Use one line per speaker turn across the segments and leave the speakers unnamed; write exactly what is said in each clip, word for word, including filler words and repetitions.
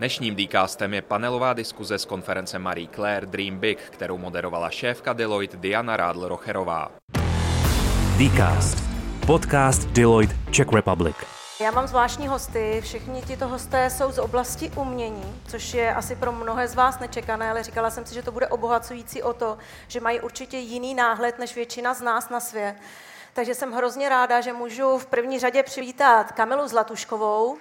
Dnešním Dcastem je panelová diskuze z konference Marie Claire Dream Big, kterou moderovala šéfka Deloitte Diana Rádl-Rocherová.
Dcast, podcast Deloitte Czech Republic.
Já mám zvláštní hosty, všichni tito hosté jsou z oblasti umění, což je asi pro mnohé z vás nečekané, ale říkala jsem si, že to bude obohacující o to, že mají určitě jiný náhled než většina z nás na svět. Takže jsem hrozně ráda, že můžu v první řadě přivítat Kamilu Zlatuškovou.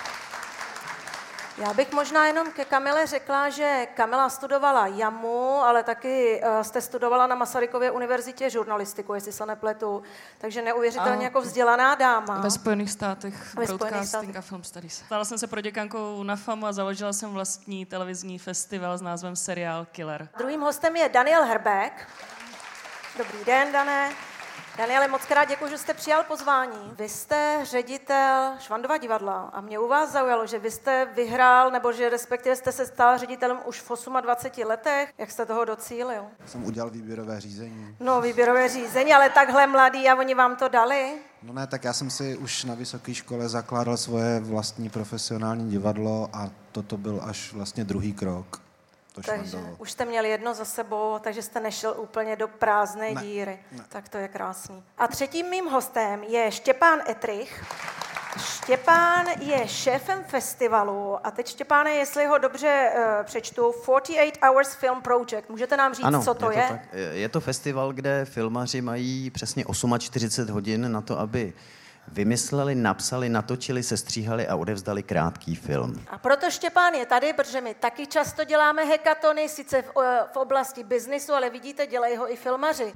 Já bych možná jenom ke Kamile řekla, že Kamila studovala JAMU, ale taky uh, jste studovala na Masarykově univerzitě žurnalistiku, jestli se nepletu, takže neuvěřitelně a jako vzdělaná dáma.
Ve Spojených státech Broadcasting a Film Studies. Stala jsem se proděkankou na FAMu a založila jsem vlastní televizní festival s názvem Serial Killer.
Druhým hostem je Daniel Hrbek. Dobrý den, Dané. Daniele, moc krát děkuji, že jste přijal pozvání. Vy jste ředitel Švandova divadla a mě u vás zaujalo, že vy jste vyhrál, nebo že respektive jste se stal ředitelem už v dvaceti osmi letech. Jak jste toho docílil?
Jsem udělal výběrové řízení.
No, výběrové řízení, ale takhle mladý a oni vám to dali?
No ne, tak já jsem si už na vysoké škole zakládal svoje vlastní profesionální divadlo a toto byl až vlastně druhý krok.
Takže už jste měli jedno za sebou, takže jste nešel úplně do prázdné
ne,
díry.
Ne.
Tak to je krásný. A třetím mým hostem je Štěpán Etrich. Štěpán je šéfem festivalu a teď, Štěpáne, jestli ho dobře uh, přečtu, forty-eight hours Film Project. Můžete nám říct,
ano,
co to je?
je? To je? Je to festival, kde filmaři mají přesně čtyřicet osm hodin na to, aby vymysleli, napsali, natočili, sestříhali a odevzdali krátký film.
A proto Štěpán je tady, protože my taky často děláme hackatony, sice v, v oblasti biznisu, ale vidíte, dělají ho i filmaři.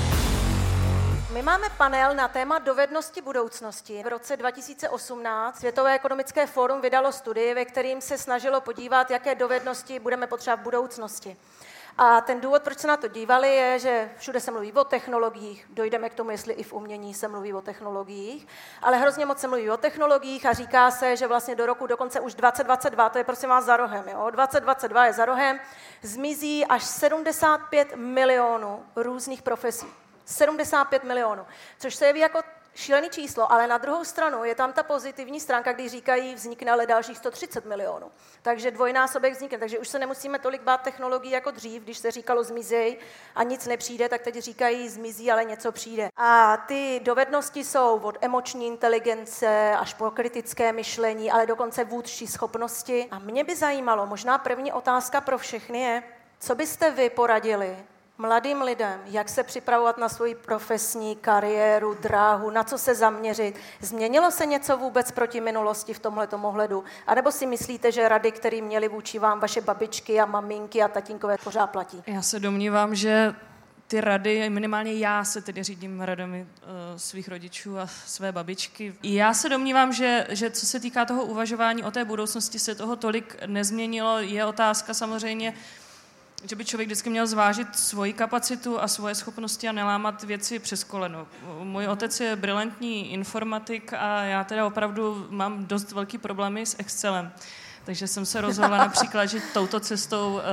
My máme panel na téma dovednosti budoucnosti. V roce dva tisíce osmnáct Světové ekonomické fórum vydalo studii, ve kterým se snažilo podívat, jaké dovednosti budeme potřebovat v budoucnosti. A ten důvod, proč se na to dívali, je, že všude se mluví o technologiích, dojdeme k tomu, jestli i v umění se mluví o technologiích, ale hrozně moc se mluví o technologiích a říká se, že vlastně do roku dokonce už dvacet dvacet dva, to je prosím vás za rohem, jo? dvacet dvacet dva je za rohem, zmizí až sedmdesát pět milionů různých profesí. sedmdesát pět milionů, což se jeví jako šílený číslo, ale na druhou stranu je tam ta pozitivní stránka, když říkají, vznikne ale dalších sto třicet milionů. Takže dvojnásobek vznikne, takže už se nemusíme tolik bát technologií jako dřív, když se říkalo zmizej a nic nepřijde, tak teď říkají zmizí, ale něco přijde. A ty dovednosti jsou od emoční inteligence až po kritické myšlení, ale dokonce vůdčí schopnosti. A mě by zajímalo, možná první otázka pro všechny je, co byste vy poradili mladým lidem, jak se připravovat na svoji profesní kariéru, dráhu, na co se zaměřit. Změnilo se něco vůbec proti minulosti v tomhletom ohledu? A nebo si myslíte, že rady, které měly vůči vám vaše babičky a maminky a tatínkové, pořád platí?
Já se domnívám, že ty rady, minimálně já se tedy řídím radami uh, svých rodičů a své babičky. Já se domnívám, že, že co se týká toho uvažování o té budoucnosti, se toho tolik nezměnilo. Je otázka samozřejmě, že by člověk vždycky měl zvážit svoji kapacitu a svoje schopnosti a nelámat věci přes koleno. Můj otec je brilantní informatik a já teda opravdu mám dost velký problémy s Excelem. Takže jsem se rozhodla například, že touto cestou uh,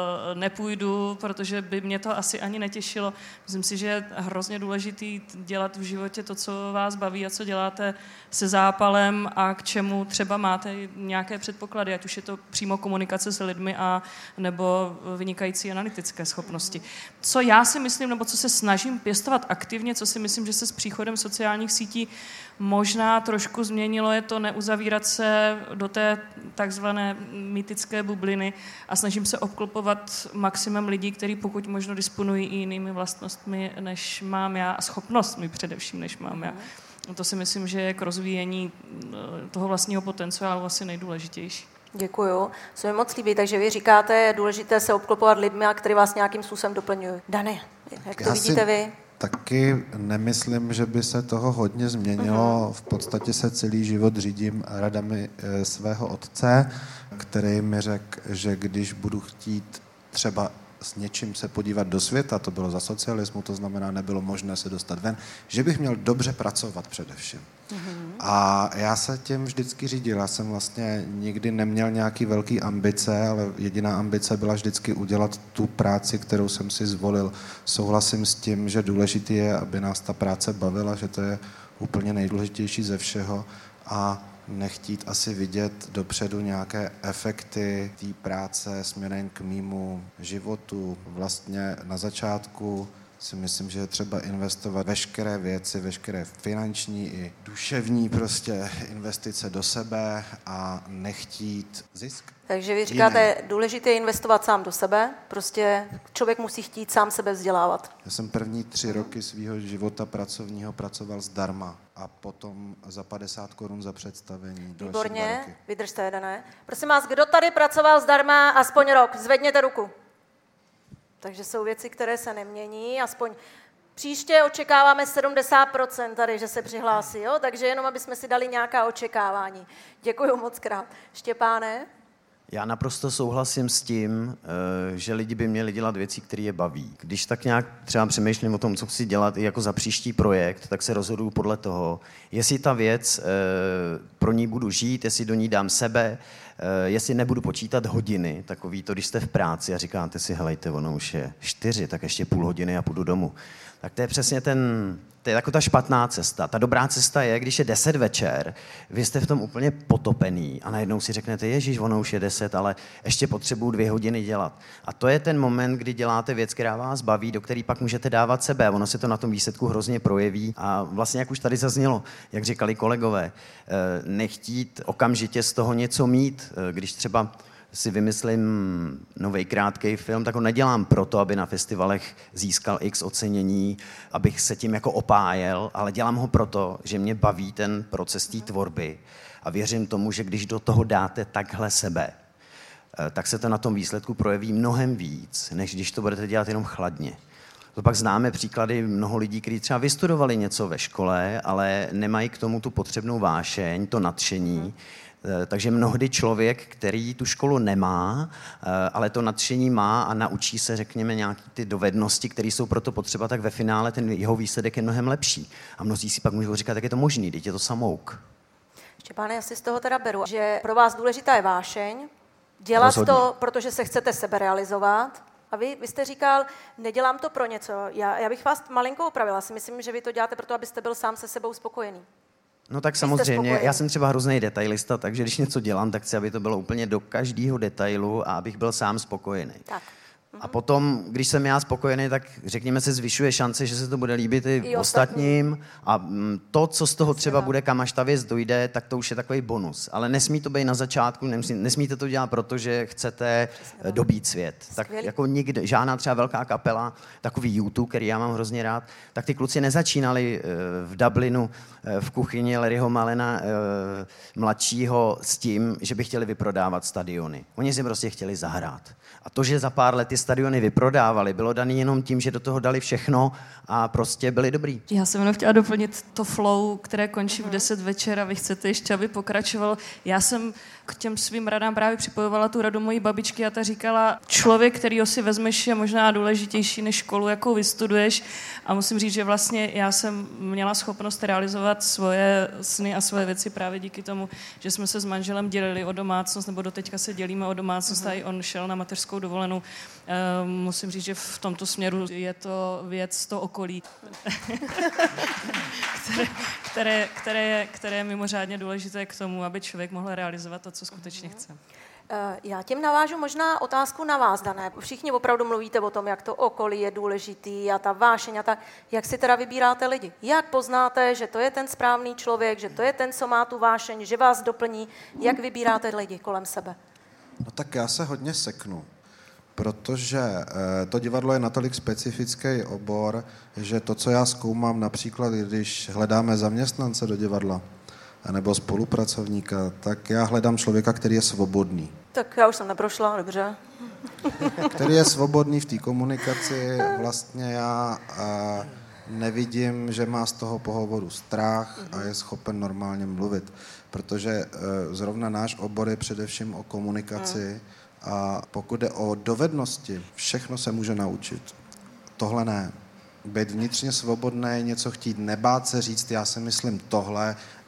nepůjdu, protože by mě to asi ani netěšilo. Myslím si, že je hrozně důležitý dělat v životě to, co vás baví a co děláte se zápalem a k čemu třeba máte nějaké předpoklady, ať už je to přímo komunikace s lidmi a nebo vynikající analytické schopnosti. Co já si myslím, nebo co se snažím pěstovat aktivně, co si myslím, že se s příchodem sociálních sítí možná trošku změnilo, je to neuzavírat se do té takzvané mýtické bubliny a snažím se obklopovat maximum lidí, kteří pokud možno disponují i jinými vlastnostmi, než mám já, a schopnostmi především, než mám já. To si myslím, že je k rozvíjení toho vlastního potenciálu asi nejdůležitější.
Děkuju. Co mi moc líbí, takže vy říkáte, je důležité se obklopovat lidmi, a který vás nějakým způsobem doplňují. Dane, jak to já vidíte vy?
Taky nemyslím, že by se toho hodně změnilo. Uh-huh. V podstatě se celý život řídím radami e, svého otce, který mi řekl, že když budu chtít třeba s něčím se podívat do světa, to bylo za socialismu, to znamená, nebylo možné se dostat ven, že bych měl dobře pracovat především. Mm-hmm. A já se tím vždycky řídil. Já jsem vlastně nikdy neměl nějaký velký ambice, ale jediná ambice byla vždycky udělat tu práci, kterou jsem si zvolil. Souhlasím s tím, že důležitý je, aby nás ta práce bavila, že to je úplně nejdůležitější ze všeho. A nechtít asi vidět dopředu nějaké efekty té práce směrem k mému životu. Vlastně na začátku si myslím, že je třeba investovat veškeré věci, veškeré finanční i duševní prostě investice do sebe a nechtít zisk.
Takže vy říkáte, důležité je investovat sám do sebe, prostě člověk musí chtít sám sebe vzdělávat.
Já jsem první tři roky svého života pracovního pracoval zdarma a potom za padesát korun za představení.
Výborně, vydržte jeden, ne? Prosím vás, kdo tady pracoval zdarma aspoň rok? Zvedněte ruku. Takže jsou věci, které se nemění, aspoň příště očekáváme sedmdesát procent tady, že se přihlásí, jo? Takže jenom, aby jsme si dali nějaká očekávání. Děkuji moc krát. Štěpáne?
Já naprosto souhlasím s tím, že lidi by měli dělat věci, které je baví. Když tak nějak třeba přemýšlím o tom, co chci dělat i jako za příští projekt, tak se rozhoduju podle toho, jestli ta věc pro ní budu žít, jestli do ní dám sebe, jestli nebudu počítat hodiny, takový to, když jste v práci a říkáte si, helejte, ono už je čtyři, tak ještě půl hodiny a půjdu domů. Tak to je přesně ten, to je jako ta špatná cesta. Ta dobrá cesta je, když je deset večer, vy jste v tom úplně potopený a najednou si řeknete, ježiš, ono už je deset, ale ještě potřebuju dvě hodiny dělat. A to je ten moment, kdy děláte věc, která vás baví, do který pak můžete dávat sebe. Ono se to na tom výsledku hrozně projeví a vlastně, jak už tady zaznělo, jak říkali kolegové, nechtít okamžitě z toho něco mít, když třeba si vymyslím nový krátký film, tak ho nedělám proto, aby na festivalech získal x ocenění, abych se tím jako opájel, ale dělám ho proto, že mě baví ten proces té tvorby a věřím tomu, že když do toho dáte takhle sebe, tak se to na tom výsledku projeví mnohem víc, než když to budete dělat jenom chladně. To pak známe příklady mnoho lidí, kteří třeba vystudovali něco ve škole, ale nemají k tomu tu potřebnou vášeň, to nadšení. Takže mnohdy člověk, který tu školu nemá, ale to nadšení má a naučí se, řekněme, nějaké ty dovednosti, které jsou proto potřeba, tak ve finále ten jeho výsledek je mnohem lepší. A mnozí si pak můžou říkat, jak je to možný, teď je to samouk.
Štěpáne, já si z toho teda beru, že pro vás důležitá je vášeň, dělat
Rozhodně.
to, protože se chcete sebe realizovat. A vy, vy jste říkal, nedělám to pro něco. Já, já bych vás malinko opravila. Si myslím, že vy to děláte proto, abyste byl sám se sebou spokojený.
No tak samozřejmě, já jsem třeba hrozný detailista, takže když něco dělám, tak chci, aby to bylo úplně do každého detailu a abych byl sám spokojený.
Tak.
A potom, když jsem já spokojený, tak řekněme se zvyšuje šance, že se to bude líbit i, I ostatním. A to, co z toho třeba bude, kam až ta věc dojde, tak to už je takový bonus. Ale nesmí to být na začátku, nesmí, nesmíte to dělat, protože chcete Přesně. dobít svět.
Skvělý.
Tak jako nikde, žádná třeba velká kapela, takový YouTube, který já mám hrozně rád, tak ty kluci nezačínali v Dublinu v kuchyni Larryho Malena mladšího s tím, že by chtěli vyprodávat stadiony. Oni si prostě chtěli zahrát. A to, že za pár let ty stadiony vyprodávali, bylo daný jenom tím, že do toho dali všechno a prostě byli dobrý.
Já jsem jenom chtěla doplnit to flow, které končí v deset večer a vy chcete ještě, aby pokračovalo. Já jsem k těm svým radám právě připojovala tu radu mojí babičky a ta říkala, člověk, kterýho si vezmeš, je možná důležitější než školu, jakou vystuduješ. A musím říct, že vlastně já jsem měla schopnost realizovat svoje sny a svoje věci právě díky tomu, že jsme se s manželem dělili o domácnost, nebo doteďka se dělíme o domácnost, a i on šel na mateřskou dovolenou. E, musím říct, že v tomto směru je to věc to okolí, které, které, které, které je mimořádně důležité k tomu, aby člověk mohl realizovat to, co skutečně chce.
Já tím navážu možná otázku na vás, Dané. Všichni opravdu mluvíte o tom, jak to okolí je důležitý a ta vášeň a tak. Jak si teda vybíráte lidi? Jak poznáte, že to je ten správný člověk, že to je ten, co má tu vášeň, že vás doplní? Jak vybíráte lidi kolem sebe?
No tak já se hodně seknu, protože to divadlo je natolik specifický obor, že to, co já zkoumám například, když hledáme zaměstnance do divadla, nebo spolupracovníka, tak já hledám člověka, který je svobodný.
Tak já už jsem neprošla, dobře.
Který je svobodný v té komunikaci. Vlastně já nevidím, že má z toho pohovoru strach a je schopen normálně mluvit. Protože zrovna náš obor je především o komunikaci a pokud jde o dovednosti, všechno se může naučit. Tohle ne. Být vnitřně svobodný, něco chtít, nebát se říct, já si myslím tohle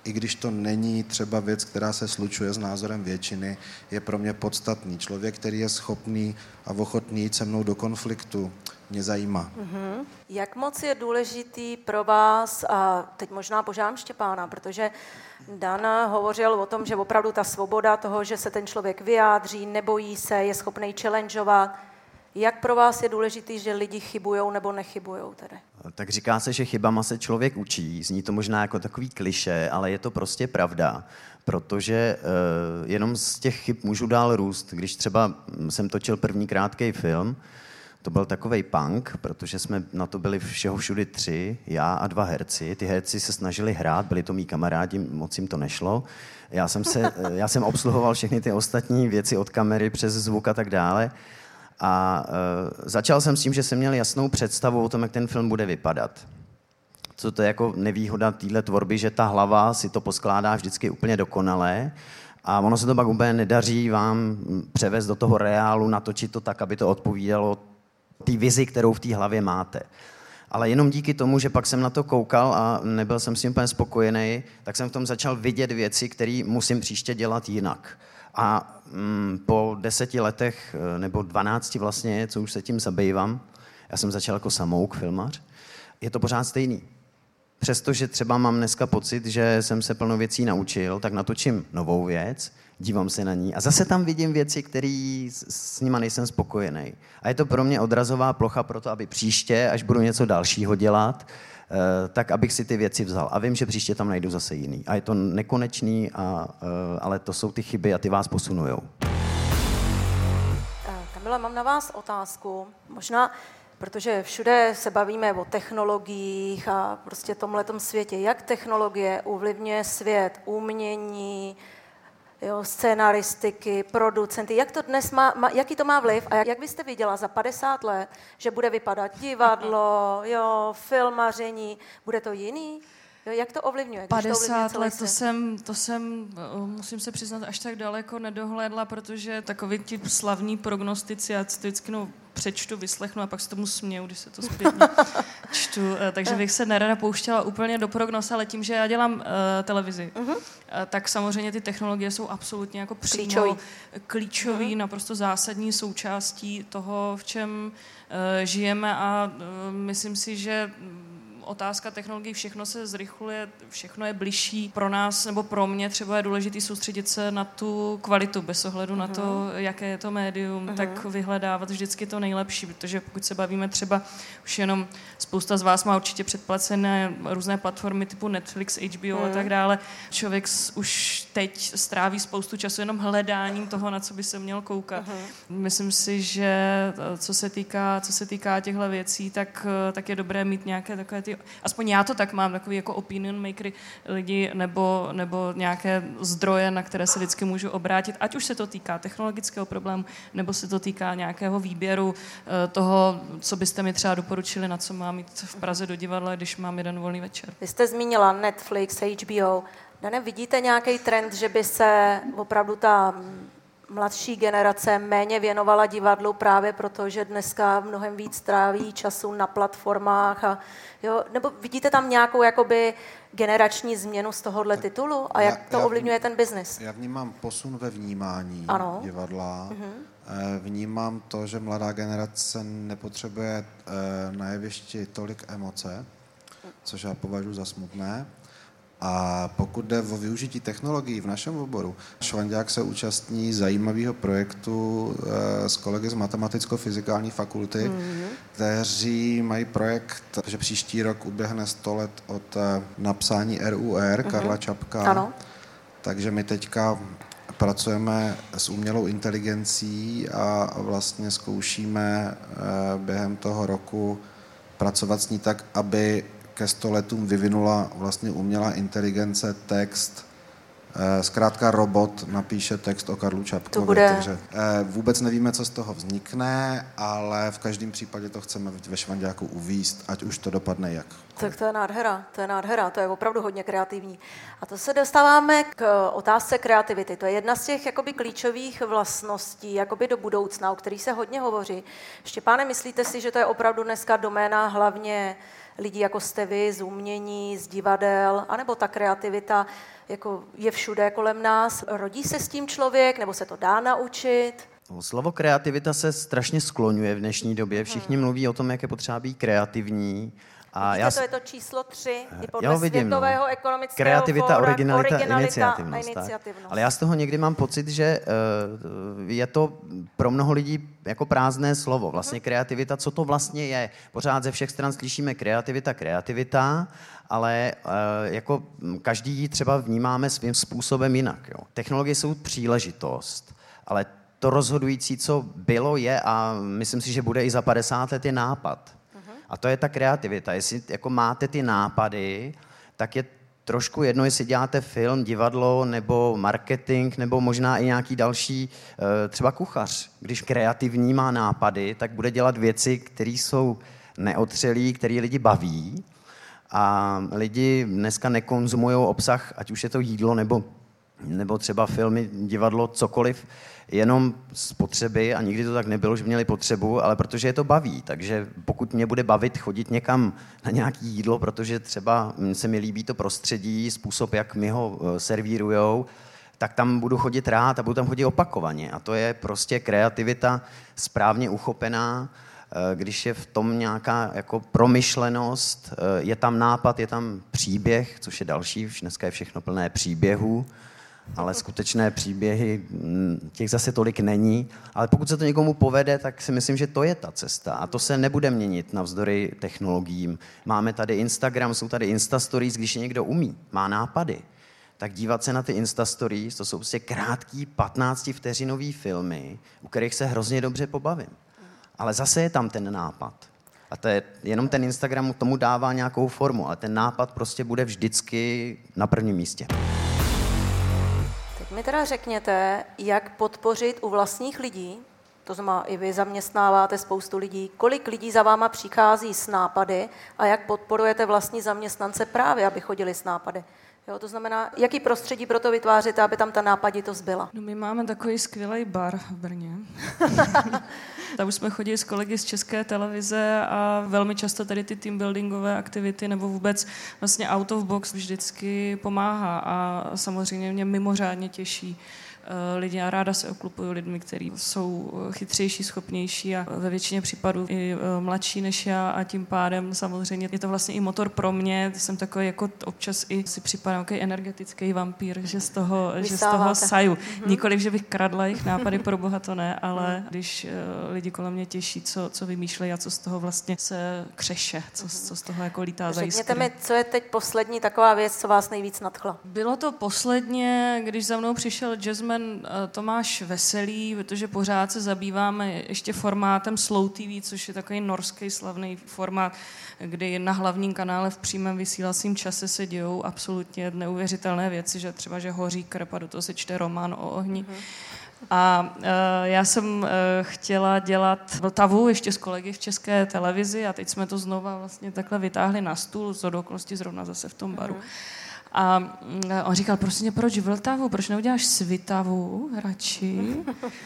i když to není třeba věc, která se slučuje s názorem většiny, je pro mě podstatný. Člověk, který je schopný a ochotný jít se mnou do konfliktu, mě zajímá.
Mm-hmm. Jak moc je důležitý pro vás, a teď možná požádám Štěpána, protože Dan hovořil o tom, že opravdu ta svoboda toho, že se ten člověk vyjádří, nebojí se, je schopný challengeovat. Jak pro vás je důležitý, že lidi chybujou nebo nechybujou tedy?
Tak říká se, že chybama se člověk učí. Zní to možná jako takový klišé, ale je to prostě pravda. Protože uh, jenom z těch chyb můžu dál růst. Když třeba jsem točil první krátký film, to byl takovej punk, protože jsme na to byli všeho všudy tři, já a dva herci. Ty herci se snažili hrát, byli to mý kamarádi, moc jim to nešlo. Já jsem, se, já jsem obsluhoval všechny ty ostatní věci od kamery přes zvuk a tak dále. A uh, začal jsem s tím, že jsem měl jasnou představu o tom, jak ten film bude vypadat. Co to je jako nevýhoda téhle tvorby, že ta hlava si to poskládá vždycky úplně dokonale a ono se to pak úplně nedaří vám převést do toho reálu, natočit to tak, aby to odpovídalo té vizi, kterou v té hlavě máte. Ale jenom díky tomu, že pak jsem na to koukal a nebyl jsem s tím úplně spokojený, tak jsem v tom začal vidět věci, které musím příště dělat jinak. A mm, po deseti letech, nebo dvanácti vlastně, co už se tím zabývám, já jsem začal jako samouk, filmař, je to pořád stejný. Přestože třeba mám dneska pocit, že jsem se plno věcí naučil, tak natočím novou věc, dívám se na ní a zase tam vidím věci, které s, s nima nejsem spokojený. A je to pro mě odrazová plocha pro to, aby příště, až budu něco dalšího dělat, Uh, tak abych si ty věci vzal. A vím, že příště tam najdu zase jiný. A je to nekonečný, a, uh, ale to jsou ty chyby a ty vás posunujou.
Kamila, mám na vás otázku. Možná, protože všude se bavíme o technologiích a prostě tomhletom světě. Jak technologie ovlivňuje svět, umění, jo, scénaristiky, producenty, jak to dnes má, má, jaký to má vliv a jak, jak byste viděla za padesát let, že bude vypadat divadlo, jo, filmaření, bude to jiný? Jo, jak to ovlivňuje?
padesát let, to jsem, to jsem, musím se přiznat, až tak daleko nedohlédla, protože takový ti slavní prognostici, já si to vždycky no, přečtu, vyslechnu a pak se tomu směju, když se to zpětně čtu. Takže bych se nerada pouštěla úplně do prognoz, ale tím, že já dělám uh, televizi, uh-huh. uh, tak samozřejmě ty technologie jsou absolutně jako přímo klíčový, klíčový uh-huh. naprosto zásadní součástí toho, v čem uh, žijeme a uh, myslím si, že otázka technologií, všechno se zrychluje, všechno je bližší. Pro nás nebo pro mě třeba je důležité soustředit se na tu kvalitu, bez ohledu uh-huh. na to, jaké je to médium, uh-huh. tak vyhledávat vždycky to nejlepší, protože pokud se bavíme třeba, už jenom spousta z vás má určitě předplacené různé platformy typu Netflix, H B O uh-huh. a tak dále. Člověk už teď stráví spoustu času jenom hledáním toho, na co by se měl koukat. Uh-huh. Myslím si, že co se týká, co se týká těchto věcí, tak, tak je dobré mít nějaké takové ty, aspoň já to tak mám, takový jako opinion makery lidi nebo, nebo nějaké zdroje, na které se vždycky můžu obrátit, ať už se to týká technologického problému, nebo se to týká nějakého výběru toho, co byste mi třeba doporučili, na co mám jít v Praze do divadla, když mám jeden volný večer.
Vy jste zmínila Netflix, H B O. Dane, vidíte nějaký trend, že by se opravdu ta mladší generace méně věnovala divadlu právě proto, že dneska mnohem víc tráví času na platformách a jo, nebo vidíte tam nějakou jakoby generační změnu z tohohle titulu a jak já, to já ovlivňuje ten biznis?
Já vnímám posun ve vnímání
ano.
divadla.
Mhm.
Vnímám to, že mladá generace nepotřebuje na jevišti tolik emoce, což já považuji za smutné. A pokud jde o využití technologií v našem oboru, Švanďák se účastní zajímavého projektu s kolegy z Matematicko-fyzikální fakulty, mm-hmm. kteří mají projekt, že příští rok uběhne sto let od napsání R U R mm-hmm. Karla Čapka.
Ano.
Takže my teďka pracujeme s umělou inteligencí a vlastně zkoušíme během toho roku pracovat s ní tak, aby ke sto letům vyvinula vlastně umělá inteligence text. Zkrátka robot napíše text o Karlu Čapkovi.
Bude...
Takže vůbec nevíme, co z toho vznikne, ale v každém případě to chceme ve Švanďáku uvést, ať už to dopadne jak.
Tak to je nádhera, to je nádhera, to je opravdu hodně kreativní. A to se dostáváme k otázce kreativity. To je jedna z těch jakoby klíčových vlastností jakoby do budoucna, o kterých se hodně hovoří. Štěpáne, myslíte si, že to je opravdu dneska doména hlavně lidí, jako jste vy, z umění, z divadel, anebo ta kreativita jako je všude kolem nás. Rodí se s tím člověk, nebo se to dá naučit?
Slovo kreativita se strašně skloňuje v dnešní době. Všichni mluví o tom, jak je potřeba být kreativní.
A Vidíte, já... to je to číslo tři, i podle
jo, vidím,
Světového
no.
ekonomického
Kreativita,
fóra,
originalita,
originalita
iniciativnost.
A iniciativnost.
Ale já z toho někdy mám pocit, že uh, je to pro mnoho lidí jako prázdné slovo. Vlastně kreativita, co to vlastně je? Pořád ze všech stran slyšíme kreativita, kreativita, ale uh, jako každý ji třeba vnímáme svým způsobem jinak. Jo. Technologie jsou příležitost, ale to rozhodující, co bylo, je a myslím si, že bude i za padesát let, je nápad. A to je ta kreativita. Jestli jako máte ty nápady, tak je trošku jedno, jestli děláte film, divadlo, nebo marketing, nebo možná i nějaký další, třeba kuchař. Když kreativní má nápady, tak bude dělat věci, které jsou neotřelí, které lidi baví. A lidi dneska nekonzumují obsah, ať už je to jídlo, nebo, nebo třeba filmy, divadlo, cokoliv, jenom z potřeby, a nikdy to tak nebylo, že měli potřebu, ale protože je to baví. Takže pokud mě bude bavit chodit někam na nějaké jídlo, protože třeba se mi líbí to prostředí, způsob, jak mi ho servírujou, tak tam budu chodit rád a budu tam chodit opakovaně. A to je prostě kreativita správně uchopená, když je v tom nějaká jako promyšlenost, je tam nápad, je tam příběh, což je další, už dneska je všechno plné příběhů, ale skutečné příběhy, těch zase tolik není. Ale pokud se to někomu povede, tak si myslím, že to je ta cesta. A to se nebude měnit navzdory technologiím. Máme tady Instagram, jsou tady Instastories, když někdo umí, má nápady, tak dívat se na ty Instastories, to jsou prostě krátký patnáctivteřinový filmy, u kterých se hrozně dobře pobavím. Ale zase je tam ten nápad. A to je, jenom ten Instagram tomu dává nějakou formu, ale ten nápad prostě bude vždycky na prvním místě.
Teď mi teda řekněte, jak podpořit u vlastních lidí, to znamená i vy zaměstnáváte spoustu lidí, kolik lidí za váma přichází s nápady a jak podporujete vlastní zaměstnance právě, aby chodili s nápady. Jo, to znamená, jaký prostředí pro to vytváříte, aby tam ta nápaditost byla?
No, my máme takový skvělý bar v Brně. Tam už jsme chodili s kolegy z České televize a velmi často tady ty teambuildingové aktivity nebo vůbec vlastně out of box vždycky pomáhá a samozřejmě mě mimořádně těší lidi a ráda se oklupuju lidmi, kteří jsou chytřejší, schopnější a ve většině případů i mladší než já a tím pádem samozřejmě je to vlastně i motor pro mě. Jsem takový jako občas i si připadám takový energetický vampír, že z toho, že z toho saju. Mm-hmm. Nikoliv, že bych kradla jejich nápady, pro boha to ne, ale když lidi kolem mě těší, co, co vymýšlejí a co z toho vlastně se křeše, co, co z toho jako lítá za jiskry.
Řekněte mi, co je teď poslední taková věc, co vás nejvíc nadchla?
Bylo to posledně, když za mnou přišel jazzman Tomáš Veselý, protože pořád se zabýváme ještě formátem Slow T V, což je takový norský slavný formát, kdy na hlavním kanále v přímém vysílacím čase se dějou absolutně neuvěřitelné věci, že třeba, že hoří krb a do toho se čte román o ohni. Mm-hmm. A uh, já jsem uh, chtěla dělat Vltavu ještě s kolegy v České televizi a teď jsme to znova vlastně takhle vytáhli na stůl, z okolností zrovna zase v tom baru. Mm-hmm. A on říkal, prosím, proč Vltavu, proč neuděláš Svitavu radši?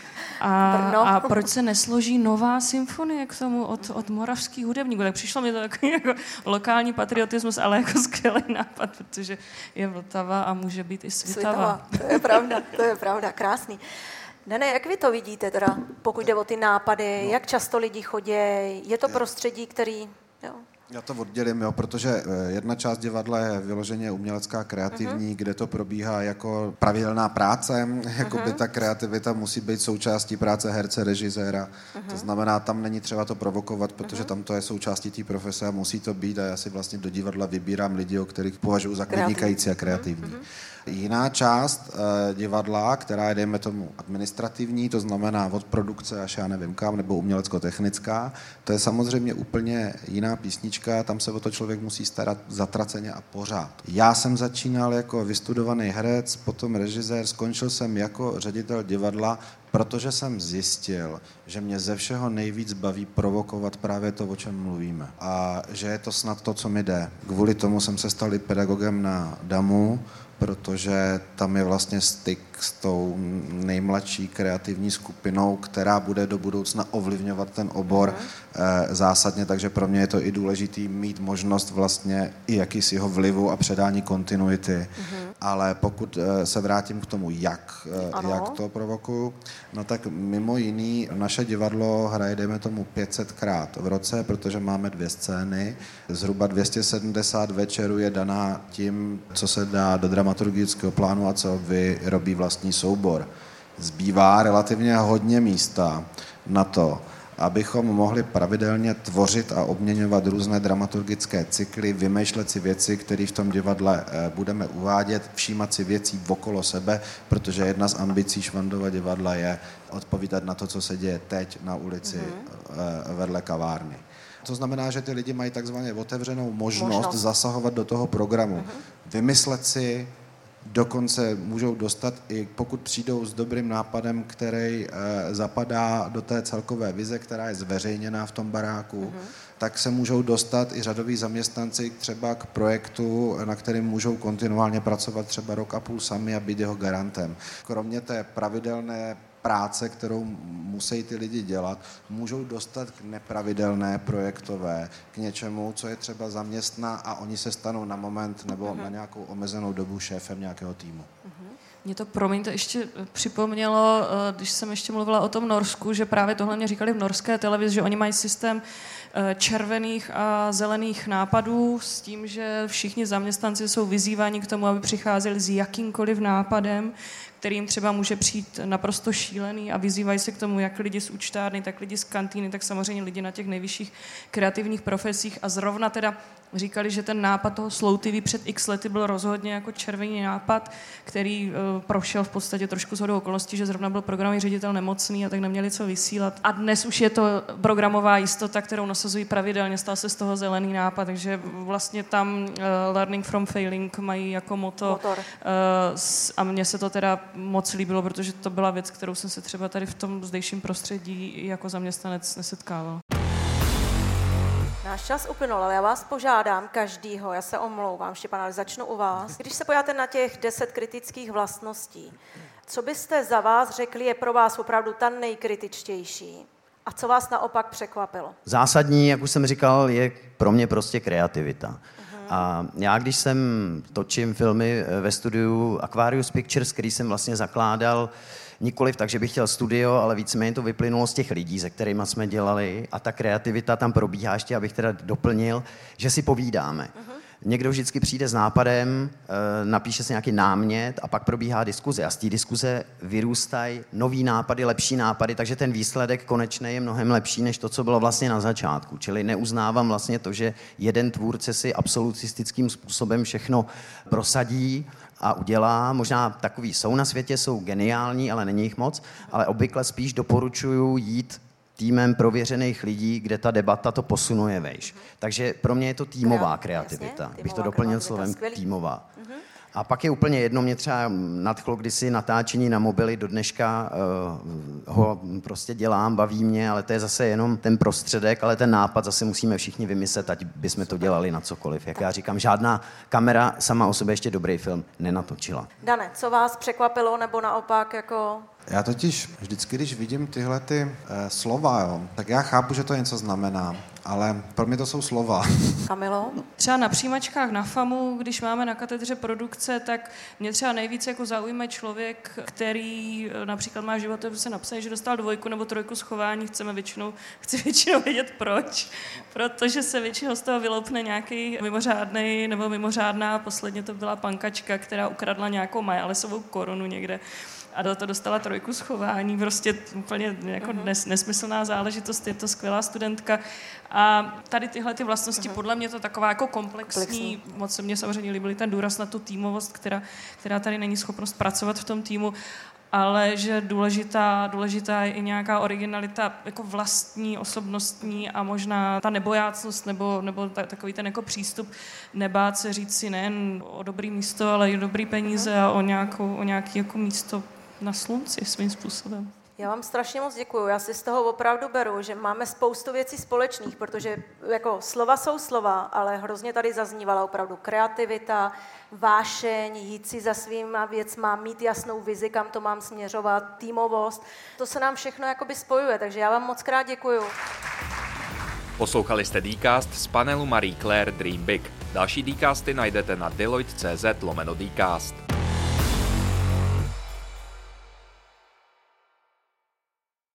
A, a proč se nesloží nová symfonie k tomu od, od moravských hudebníků? Tak přišlo mi to takový jako lokální patriotismus, ale jako skvělý nápad, protože je Vltava a může být i Svitava.
Svitava. To je pravda, to je pravda, krásný. Ne, ne, jak vy to vidíte teda, pokud jde o ty nápady, no. Jak často lidi chodí, je to prostředí, který... Jo.
Já to oddělím, jo, protože jedna část divadla je vyloženě umělecká, kreativní, uh-huh. kde to probíhá jako pravidelná práce, jako uh-huh. by ta kreativita musí být součástí práce herce, režiséra. Uh-huh. To znamená, tam není třeba to provokovat, protože uh-huh. tam to je součástí té profese a musí to být a já si vlastně do divadla vybírám lidi, o kterých považuji za vynikající a kreativní. Uh-huh. Jiná část uh, divadla, která je, dejme tomu, administrativní, to znamená od produkce až já nevím kam, nebo umělecko-technická, to je samozřejmě úplně jiná písnička, tam se o to člověk musí starat zatraceně a pořád. Já jsem začínal jako vystudovaný herec, potom režisér, skončil jsem jako ředitel divadla, protože jsem zjistil, že mě ze všeho nejvíc baví provokovat právě to, o čem mluvíme. A že je to snad to, co mi jde. Kvůli tomu jsem se stal i pedagogem na DAMu, protože tam je vlastně styk s tou nejmladší kreativní skupinou, která bude do budoucna ovlivňovat ten obor mm-hmm. e, zásadně, takže pro mě je to i důležitý mít možnost vlastně i jakýsiho vlivu a předání kontinuity. Mm-hmm. Ale pokud e, se vrátím k tomu, jak, e, jak to provokuju, no tak mimo jiný naše divadlo hraje, dejme tomu, pět set krát v roce, protože máme dvě scény. Zhruba dvě stě sedmdesát večerů je daná tím, co se dá do dramaturgického plánu a co vyrobí vlastní soubor. Zbývá relativně hodně místa na to, abychom mohli pravidelně tvořit a obměňovat různé dramaturgické cykly, vymýšlet si věci, které v tom divadle budeme uvádět, všímat si věcí okolo sebe, protože jedna z ambicí Švandova divadla je odpovídat na to, co se děje teď na ulici mm-hmm. vedle kavárny. To znamená, že ty lidi mají takzvaně otevřenou možnost, možnost. zasahovat do toho programu. Mm-hmm. Vymyslet si, dokonce můžou dostat, i pokud přijdou s dobrým nápadem, který e, zapadá do té celkové vize, která je zveřejněná v tom baráku, mm-hmm. tak se můžou dostat i řadoví zaměstnanci třeba k projektu, na kterém můžou kontinuálně pracovat třeba rok a půl sami a být jeho garantem. Kromě té pravidelné práce, kterou musí ty lidi dělat, můžou dostat k nepravidelné projektové, k něčemu, co je třeba zaměstná a oni se stanou na moment nebo uh-huh. na nějakou omezenou dobu šéfem nějakého týmu.
Uh-huh. Mě to, promiňte, ještě připomnělo, když jsem ještě mluvila o tom Norsku, že právě tohle mě říkali v norské televizi, že oni mají systém červených a zelených nápadů s tím, že všichni zaměstnanci jsou vyzýváni k tomu, aby přicházeli s jakýmkoliv nápadem, kterým třeba může přijít naprosto šílený a vyzývají se k tomu jak lidi z účtárny, tak lidi z kantýny, tak samozřejmě lidi na těch nejvyšších kreativních profesích a zrovna teda říkali, že ten nápad toho Slow T V před x lety byl rozhodně jako červený nápad, který uh, prošel v podstatě trošku shodou okolností, že zrovna byl programový ředitel nemocný a tak neměli co vysílat. A dnes už je to programová jistota, kterou nasazují pravidelně, stal se z toho zelený nápad, takže vlastně tam uh, learning from failing mají jako moto uh, a mně se to teda moc líbilo, protože to byla věc, kterou jsem se třeba tady v tom zdejším prostředí jako zaměstnanec nesetkával.
Náš čas uplynul, ale já vás požádám každýho, já se omlouvám, Štěpán, ale začnu u vás. Když se podíváte na těch deset kritických vlastností, co byste za vás řekli, je pro vás opravdu ta nejkritičtější? A co vás naopak překvapilo?
Zásadní, jak už jsem říkal, je pro mě prostě kreativita. A já, když jsem točím filmy ve studiu Aquarius Pictures, který jsem vlastně zakládal, nikoliv tak, že bych chtěl studio, ale víceméně to vyplynulo z těch lidí, se kterými jsme dělali a ta kreativita tam probíhá, ještě abych teda doplnil, že si povídáme. Uh-huh. Někdo vždycky přijde s nápadem, napíše si nějaký námět a pak probíhá diskuze a z té diskuze vyrůstají nový nápady, lepší nápady, takže ten výsledek konečný je mnohem lepší, než to, co bylo vlastně na začátku. Čili neuznávám vlastně to, že jeden tvůrce si absolutistickým způsobem všechno prosadí a udělá. Možná takový jsou na světě, jsou geniální, ale není jich moc, ale obvykle spíš doporučuju jít týmem prověřených lidí, kde ta debata to posunuje vejš. Takže pro mě je to týmová kreativita. Jasně, bych to doplnil slovem týmová. Uh-huh. A pak je úplně jedno, mě třeba nadchlo kdysi natáčení na mobily, do dneška uh, ho prostě dělám, baví mě, ale to je zase jenom ten prostředek, ale ten nápad zase musíme všichni vymyslet, ať bychom to dělali na cokoliv. Jak já říkám, žádná kamera sama o sobě ještě dobrý film nenatočila.
Dane, co vás překvapilo, nebo naopak jako...
Já totiž vždycky, když vidím tyhle ty eh, slova, jo, tak já chápu, že to něco znamená, ale pro mě to jsou slova.
Kamilo?
Třeba na přijímačkách na FAMu, když máme na katedře produkce, tak mě třeba nejvíc jako zaujme člověk, který například má život, se napsal, že dostal dvojku nebo trojku z chování, chceme většinou, chci většinou vědět proč, protože se většinou z toho vyloupne nějaký mimořádnej nebo mimořádná, posledně to byla pankačka, která ukradla nějakou majalisovou korunu někde. A do toho dostala trojku schování, prostě úplně jako nes, nesmyslná záležitost, je to skvělá studentka. A tady tyhle ty vlastnosti, uh-huh. podle mě to taková jako komplexní, komplexní. Moc se mně samozřejmě líbily ten důraz na tu týmovost, která, která tady není schopnost pracovat v tom týmu, ale že důležitá, důležitá je i nějaká originalita jako vlastní, osobnostní a možná ta nebojácnost nebo, nebo ta, takový ten jako přístup nebát se říct si nejen o dobrý místo, ale i o dobrý peníze a o, nějakou, o nějaký jako místo na slunci svým způsobem.
Já vám strašně moc děkuju. Já si z toho opravdu beru, že máme spoustu věcí společných, protože jako slova jsou slova, ale hrozně tady zaznívala opravdu kreativita, vášeň, jít si za svýma věcma, mít jasnou vizi, kam to mám směřovat, týmovost. To se nám všechno jakoby spojuje, takže já vám moc krát děkuju.
Poslouchali jste Dcast z panelu Marie Claire Dream Big. Další Dcasty najdete na deloitte tečka cz lomeno Dcast.